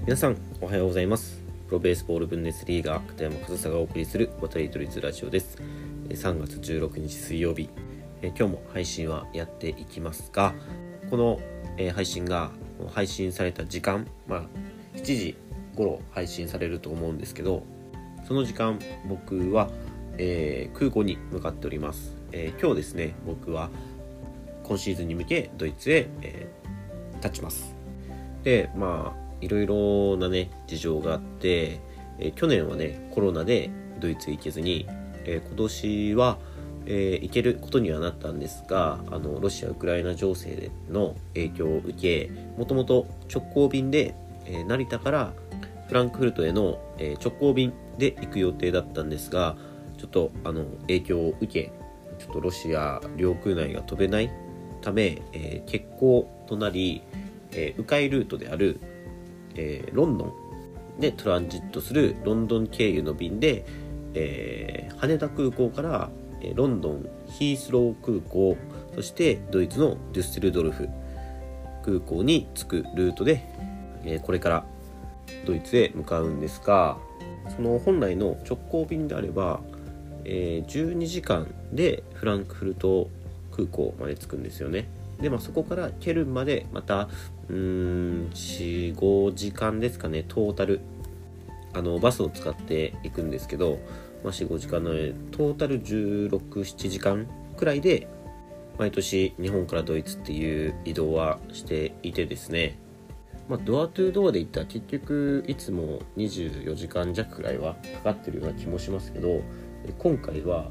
皆さんおはようございます。プロベースボールブンデスリーガー片山和沙がお送りする渡り鳥ラジオです。3月16日水曜日、今日も配信はやっていきますが、この、配信が配信された時間、7時頃配信されると思うんですけど、その時間僕は、空港に向かっております。今日ですね、僕は今シーズンに向けドイツへ、立ちます。で、いろいろなね事情があって、去年はねコロナでドイツへ行けずに、今年は、行けることにはなったんですが、ロシア・ウクライナ情勢の影響を受け、もともと直行便で、成田からフランクフルトへの、直行便で行く予定だったんですが、ちょっと影響を受け、ちょっとロシア領空内が飛べないため、欠航となり、迂回ルートであるロンドンでトランジットするロンドン経由の便で、羽田空港からロンドンヒースロー空港、そしてドイツのデュッセルドルフ空港に着くルートで、これからドイツへ向かうんですが、その本来の直行便であれば、12時間でフランクフルト空港まで着くんですよね。で、そこからケルンまでまた4、5時間ですかね、トータルバスを使っていくんですけど、4、5時間のトータル16、7時間くらいで毎年日本からドイツっていう移動はしていてですね、ドアトゥードアで行ったら結局いつも24時間弱くらいはかかってるような気もしますけど、今回は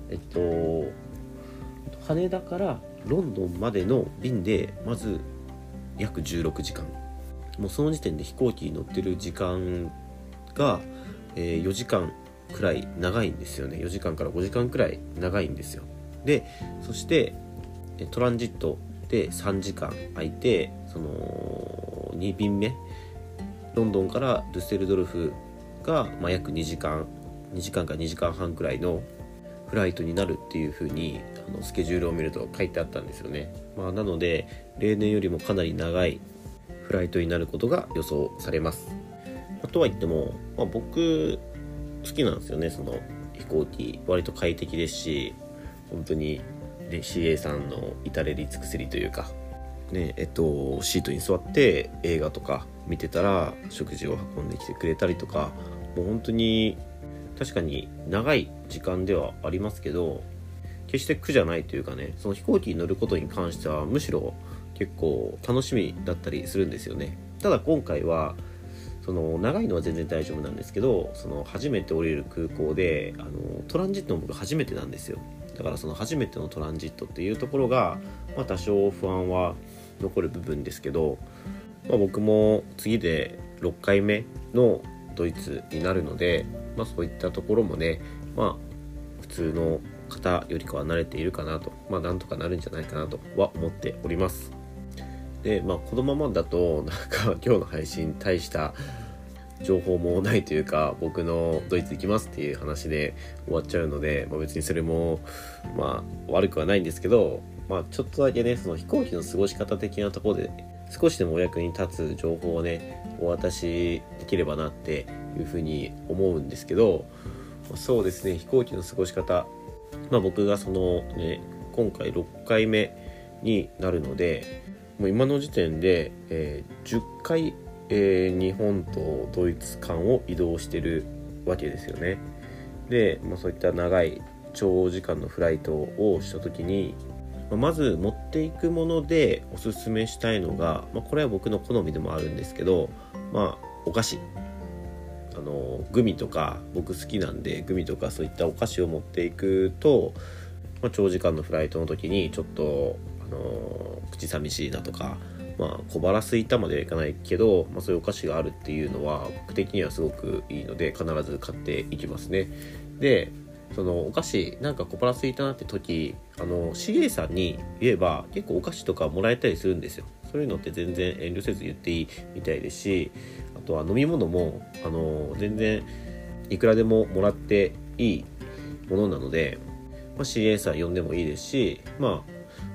羽田からロンドンまでの便でまず約16時間、もうその時点で飛行機に乗ってる時間が、4時間くらい長いんですよね。4時間から5時間くらい長いんですよ。で、そしてトランジットで3時間空いて、その2便目ロンドンからドゥッセルドルフが、約2時間か2時間半くらいのフライトになるっていう風にスケジュールを見ると書いてあったんですよね。なので例年よりもかなり長いフライトになることが予想されます。とは言っても、僕好きなんですよね。その飛行機割と快適ですし、本当に、CA さんの至れり尽くせりというかね、シートに座って映画とか見てたら食事を運んできてくれたりとか、もう本当に確かに長い時間ではありますけど、決して苦じゃないというかね、その飛行機に乗ることに関してはむしろ結構楽しみだったりするんですよね。ただ今回はその長いのは全然大丈夫なんですけど、その初めて降りる空港でトランジットも僕初めてなんですよ。だからその初めてのトランジットっていうところが、多少不安は残る部分ですけど、僕も次で6回目のドイツになるので、そういったところもね、普通の方よりかは慣れているかなと、なんとかなるんじゃないかなとは思っております。で、このままだと今日の配信大した情報もないというか、僕のドイツ行きますっていう話で終わっちゃうので、別にそれも悪くはないんですけど、ちょっとだけね、その飛行機の過ごし方的なところで少しでもお役に立つ情報をねお渡しできればなっていうふうに思うんですけど、そうですね、飛行機の過ごし方、僕がそのね今回6回目になるので、もう今の時点で、10回、日本とドイツ間を移動してるわけですよね。で、そういった長い長時間のフライトをした時に、まず持っていくものでおすすめしたいのが、これは僕の好みでもあるんですけど、お菓子、グミとか僕好きなんで、グミとかそういったお菓子を持っていくと、長時間のフライトの時にちょっと口寂しいなとか、小腹空いたまではいかないけど、そういうお菓子があるっていうのは僕的にはすごくいいので必ず買っていきますね。で、そのお菓子小腹空いたなって時、CA さんに言えば結構お菓子とかもらえたりするんですよ。そういうのって全然遠慮せず言っていいみたいですし、あとは飲み物も全然いくらでももらっていいものなので、CA さん呼んでもいいですし、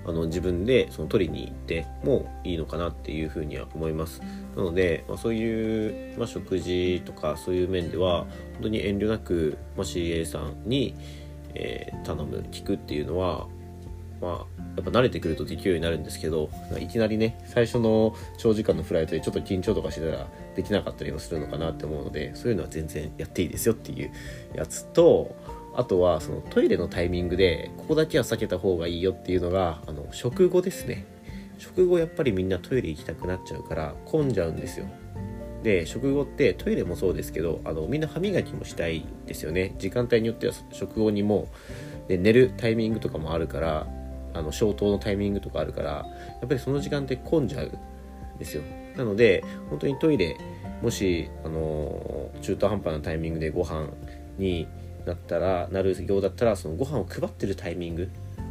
自分でその取りに行ってもいいのかなっていうふうには思います。なので、そういう、食事とかそういう面では本当に遠慮なく、CA さんに、頼む聞くっていうのはやっぱ慣れてくるとできるようになるんですけど、いきなりね最初の長時間のフライトでちょっと緊張とかしてたらできなかったりもするのかなって思うので、そういうのは全然やっていいですよっていうやつと、あとはそのトイレのタイミングでここだけは避けた方がいいよっていうのが食後ですね。食後やっぱりみんなトイレ行きたくなっちゃうから混んじゃうんですよ。で食後ってトイレもそうですけどみんな歯磨きもしたいですよね。時間帯によっては食後にもで寝るタイミングとかもあるから消灯のタイミングとかあるからやっぱりその時間って混んじゃうんですよ。なので本当にトイレもし中途半端なタイミングでご飯になるようだったらそのご飯を配ってるタイミング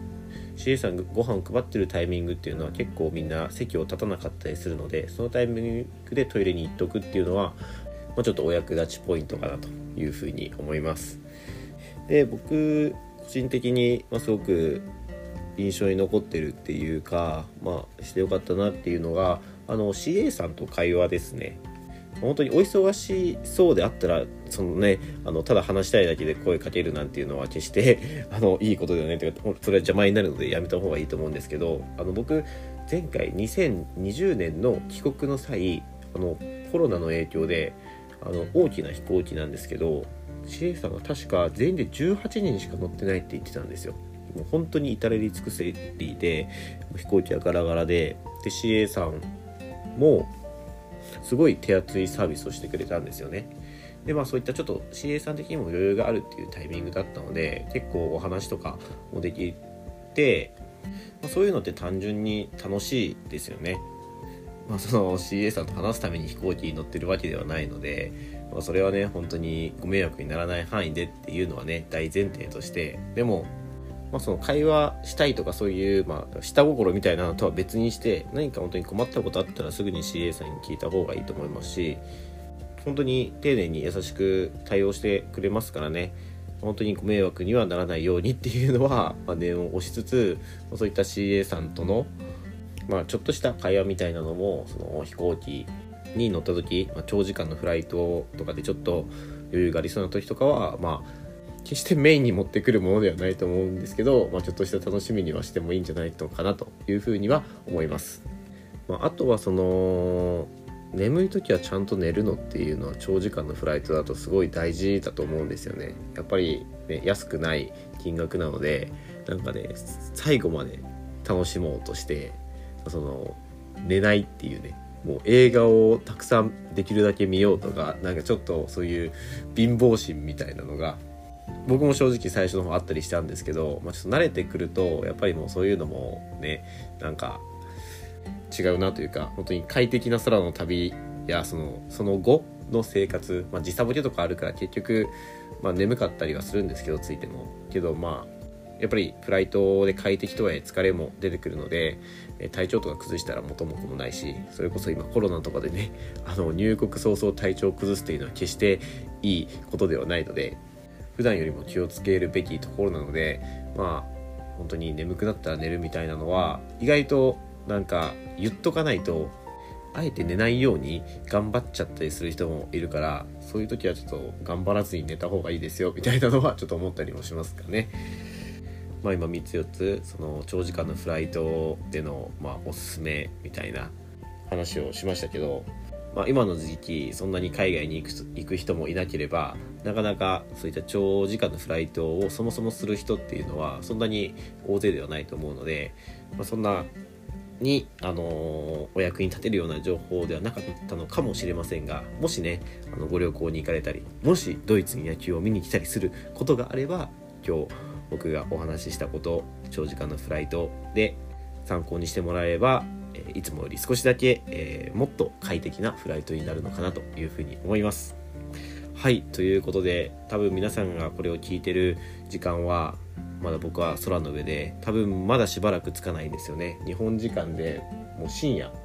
CA さんご飯を配ってるタイミングっていうのは結構みんな席を立たなかったりするので、そのタイミングでトイレに行っとくっていうのは、ちょっとお役立ちポイントかなというふうに思います。で僕個人的に、すごく印象に残ってるっていうか、してよかったなっていうのがCA さんと会話ですね。本当にお忙しそうであったらただ話したいだけで声かけるなんていうのは決していいことではないというか、それは邪魔になるのでやめた方がいいと思うんですけど、僕前回2020年の帰国の際コロナの影響で大きな飛行機なんですけど CA さんが確か全員で18人しか乗ってないって言ってたんですよ。もう本当に至れり尽くせりで飛行機はガラガラで CA さんもすごい手厚いサービスをしてくれたんですよね。でそういったちょっと CA さん的にも余裕があるっていうタイミングだったので結構お話とかもできて、そういうのって単純に楽しいですよね。その CA さんと話すために飛行機に乗ってるわけではないので、それはね本当にご迷惑にならない範囲でっていうのはね大前提として、でもその会話したいとかそういう、下心みたいなのとは別にして何か本当に困ったことあったらすぐに CA さんに聞いた方がいいと思いますし、本当に丁寧に優しく対応してくれますからね、本当にご迷惑にはならないようにっていうのは、念を押しつつ、そういった CA さんとの、ちょっとした会話みたいなのもその飛行機に乗った時、長時間のフライトとかでちょっと余裕がありそうな時とかは決してメインに持ってくるものではないと思うんですけど、ちょっとした楽しみにはしてもいいんじゃないのかなというふうには思います。あとは眠い時はちゃんと寝るのっていうのは長時間のフライトだとすごい大事だと思うんですよね。やっぱり、安くない金額なので最後まで楽しもうとして寝ないっていうね、もう映画をたくさんできるだけ見ようとかちょっとそういう貧乏心みたいなのが僕も正直最初の方あったりしたんですけど、ちょっと慣れてくるとやっぱりもうそういうのもね違うなというか、本当に快適な空の旅やその後の生活、時差ボケとかあるから結局、眠かったりはするんですけどついてもけどやっぱりフライトで快適とはいえ疲れも出てくるので体調とか崩したら元も子もないし、それこそ今コロナとかでね入国早々体調を崩すというのは決していいことではないので普段よりも気をつけるべきところなので、本当に眠くなったら寝るみたいなのは意外と言っとかないとあえて寝ないように頑張っちゃったりする人もいるから、そういう時はちょっと頑張らずに寝た方がいいですよみたいなのはちょっと思ったりもしますかね。今3つ4つその長時間のフライトでの、おすすめみたいな話をしましたけど、今の時期そんなに海外に行く人もいなければなかなかそういった長時間のフライトをそもそもする人っていうのはそんなに大勢ではないと思うので、そんなに、お役に立てるような情報ではなかったのかもしれませんが、もしねご旅行に行かれたりもしドイツに野球を見に来たりすることがあれば今日僕がお話ししたこと長時間のフライトで参考にしてもらえればいつもより少しだけ、もっと快適なフライトになるのかなというふうに思います。はい、ということで多分皆さんがこれを聞いてる時間はまだ僕は空の上で多分まだしばらく着かないですよね。日本時間でもう深夜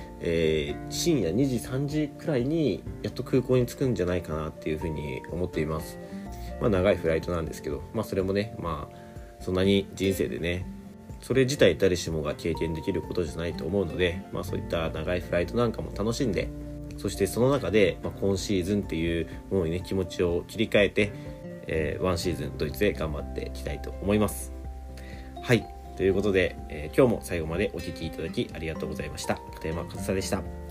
2時3時くらいにやっと空港に着くんじゃないかなっていうふうに思っています。長いフライトなんですけど、それもねそんなに人生でねそれ自体誰しもが経験できることじゃないと思うので、そういった長いフライトなんかも楽しんで、そしてその中で、今シーズンっていうものにね気持ちを切り替えて、ワンシーズンドイツで頑張っていきたいと思います。はい、ということで、今日も最後までお聞きいただきありがとうございました。片山和沙でした。